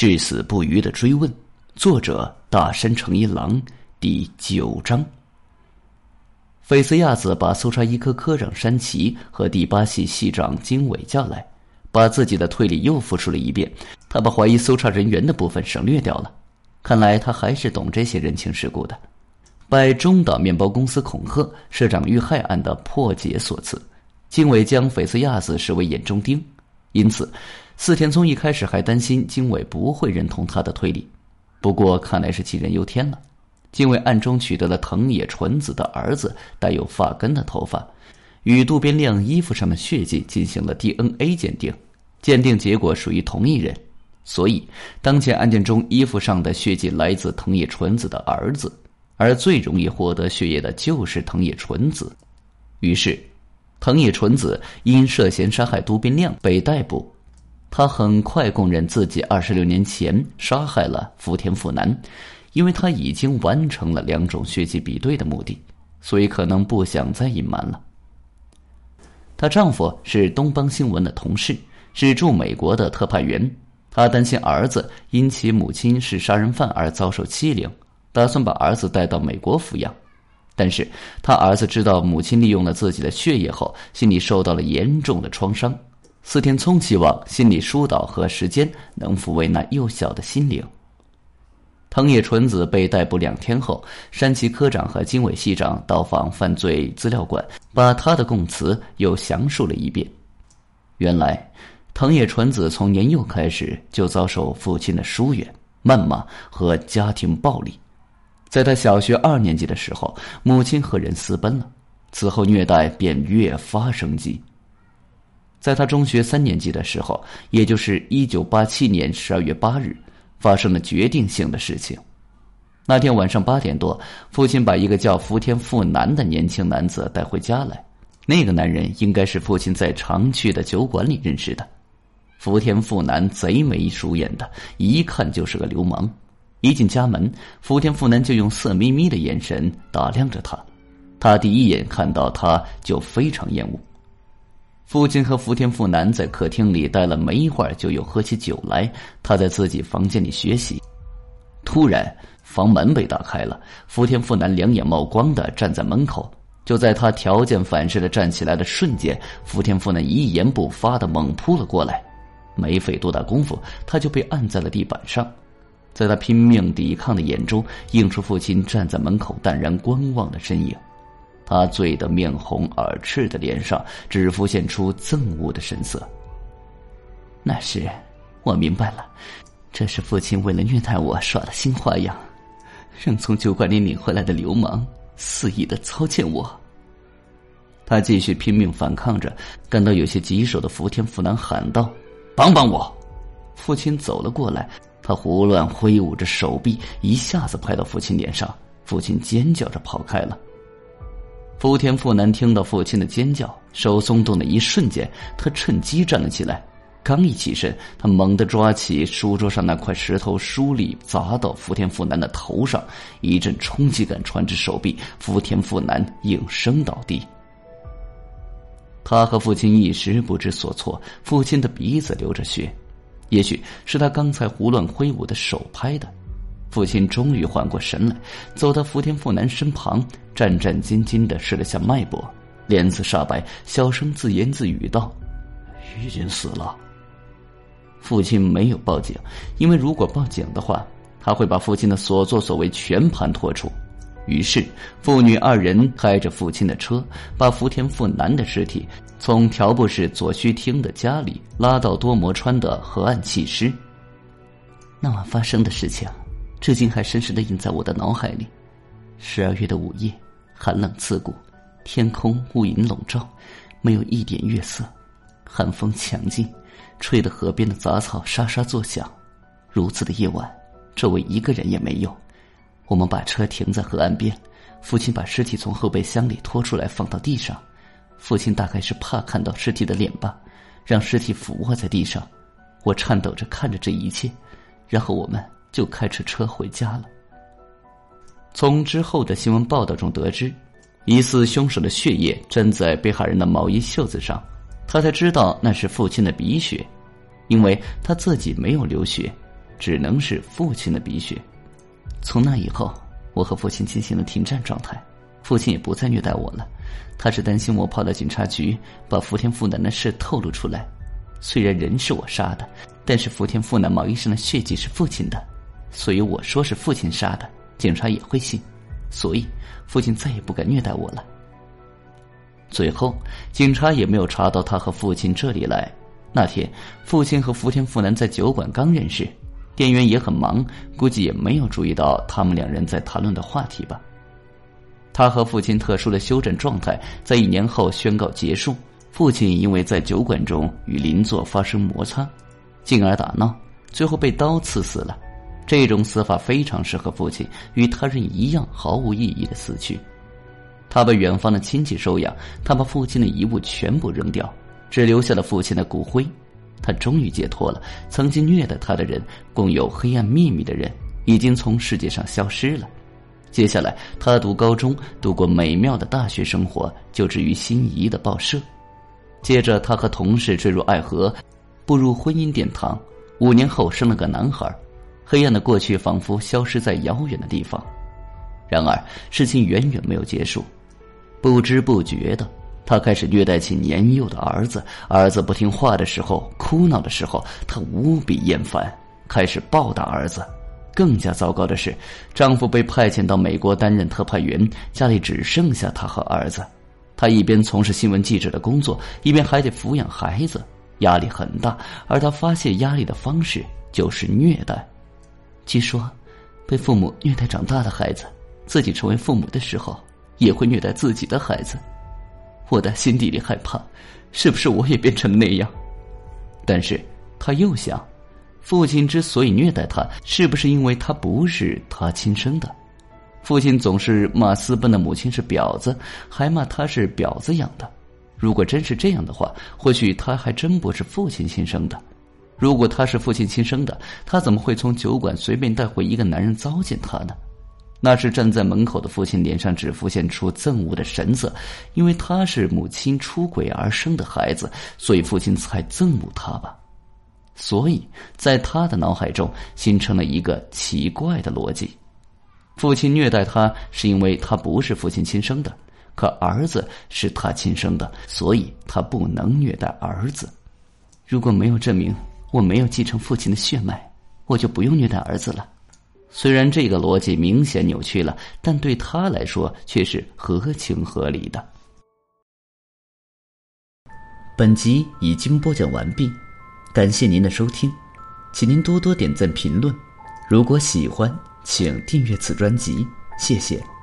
至死不渝的追问。作者大山诚一郎，第9章。菲斯亚子把搜查一科科长山崎和第8系系长经纬叫来，把自己的推理又复述了一遍。他把怀疑搜查人员的部分省略掉了，看来他还是懂这些人情世故的。拜中岛面包公司恐吓社长遇害案的破解所赐，经纬将菲斯亚子视为眼中钉，因此四田聪一开始还担心经纬不会认同他的推理，不过看来是杞人忧天了。经纬暗中取得了藤野纯子的儿子带有发根的头发，与渡边亮衣服上的血迹进行了 DNA 鉴定，鉴定结果属于同一人，所以当前案件中衣服上的血迹来自藤野纯子的儿子，而最容易获得血液的就是藤野纯子。于是藤野纯子因涉嫌杀害渡边亮被逮捕，他很快供认自己26年前杀害了福田富男，因为他已经完成了2种血迹比对的目的，所以可能不想再隐瞒了。她丈夫是东方新闻的同事，是驻美国的特派员，她担心儿子因其母亲是杀人犯而遭受欺凌，打算把儿子带到美国抚养。但是他儿子知道母亲利用了自己的血液后，心里受到了严重的创伤。四田聪希望心理疏导和时间能抚慰那幼小的心灵。藤野纯子被逮捕2天后，山崎科长和经纬系长到访犯罪资料馆，把他的供词又详述了一遍。原来藤野纯子从年幼开始就遭受父亲的疏远、谩骂和家庭暴力。在他小学2年级的时候，母亲和人私奔了，此后虐待便越发升级。在他中学3年级的时候，也就是1987年12月8日，发生了决定性的事情。那天晚上8点多，父亲把一个叫福田富男的年轻男子带回家来。那个男人应该是父亲在常去的酒馆里认识的。福田富男贼眉鼠眼的，一看就是个流氓。一进家门，福田富男就用色眯眯的眼神打量着他。他第一眼看到他就非常厌恶。父亲和福田富男在客厅里待了没一会儿，就又喝起酒来。他在自己房间里学习，突然房门被打开了，福田富男两眼冒光的站在门口。就在他条件反射的站起来的瞬间，福田富男一言不发的猛扑了过来，没费多大功夫，他就被按在了地板上。在他拼命抵抗的眼中，映出父亲站在门口淡然观望的身影。他醉得面红耳赤的脸上只浮现出憎恶的神色。那时我明白了，这是父亲为了虐待我耍的新花样，让从酒馆里领回来的流氓肆意的操践我。他继续拼命反抗着，感到有些棘手的福田富男喊道：帮帮我！父亲走了过来，他胡乱挥舞着手臂，一下子拍到父亲脸上，父亲尖叫着跑开了。福田富男听到父亲的尖叫，手松动的一瞬间，他趁机站了起来。刚一起身，他猛地抓起书桌上那块石头，疏力砸到福田富男的头上，一阵冲击感传至手臂，福田富男应声倒地。他和父亲一时不知所措，父亲的鼻子流着血，也许是他刚才胡乱挥舞的手拍的。父亲终于缓过神来，走到福田富男身旁，战战兢兢地试了下脉搏，脸色煞白，小声自言自语道：已经死了。父亲没有报警，因为如果报警的话，他会把父亲的所作所为全盘托出。于是父女2人开着父亲的车，把福田富男的尸体从条部市左须町的家里拉到多摩川的河岸弃尸。那晚发生的事情至今还深深地印在我的脑海里。12月的午夜，寒冷刺骨，天空乌云笼罩，没有一点月色，寒风强劲，吹得河边的杂草沙沙作响。如此的夜晚，周围一个人也没有。我们把车停在河岸边，父亲把尸体从后备箱里拖出来放到地上。父亲大概是怕看到尸体的脸吧，让尸体俯卧在地上。我颤抖着看着这一切，然后我们就开着车回家了。从之后的新闻报道中得知，疑似凶手的血液沾在被害人的毛衣袖子上，他才知道那是父亲的鼻血，因为他自己没有流血， 只能是父亲的鼻血。从那以后，我和父亲进行了停战状态，父亲也不再虐待我了。他只担心我跑到警察局，把福田富男的事透露出来。虽然人是我杀的，但是福田富男毛衣上的血迹是父亲的，所以我说是父亲杀的，警察也会信。所以父亲再也不敢虐待我了。最后警察也没有查到他和父亲这里来。那天父亲和福田富男在酒馆刚认识，店员也很忙，估计也没有注意到他们两人在谈论的话题吧。他和父亲特殊的休战状态在1年后宣告结束。父亲因为在酒馆中与邻座发生摩擦，进而打闹，最后被刀刺死了。这种死法非常适合父亲与他人一样毫无意义的死去。他被远方的亲戚收养，他把父亲的遗物全部扔掉，只留下了父亲的骨灰。他终于解脱了，曾经虐待他的人，共有黑暗秘密的人，已经从世界上消失了。接下来他读高中，度过美妙的大学生活，就职于心仪的报社。接着他和同事坠入爱河，步入婚姻殿堂。5年后生了个男孩。黑暗的过去仿佛消失在遥远的地方。然而事情远远没有结束，不知不觉的他开始虐待起年幼的儿子。儿子不听话的时候，哭闹的时候，他无比厌烦，开始暴打儿子。更加糟糕的是，丈夫被派遣到美国担任特派员，家里只剩下他和儿子。他一边从事新闻记者的工作，一边还得抚养孩子，压力很大。而他发泄压力的方式就是虐待。据说被父母虐待长大的孩子，自己成为父母的时候也会虐待自己的孩子。我在心底里害怕，是不是我也变成那样？但是他又想，父亲之所以虐待他，是不是因为他不是他亲生的？父亲总是骂私奔的母亲是婊子，还骂他是婊子养的。如果真是这样的话，或许他还真不是父亲亲生的。如果他是父亲亲生的，他怎么会从酒馆随便带回一个男人糟践他呢？那时站在门口的父亲脸上只浮现出憎恶的神色，因为他是母亲出轨而生的孩子，所以父亲才憎恶他吧。所以在他的脑海中形成了一个奇怪的逻辑：父亲虐待他是因为他不是父亲亲生的，可儿子是他亲生的，所以他不能虐待儿子。如果没有证明我没有继承父亲的血脉，我就不用虐待儿子了。虽然这个逻辑明显扭曲了，但对他来说却是合情合理的。本集已经播讲完毕，感谢您的收听，请您多多点赞评论。如果喜欢，请订阅此专辑，谢谢。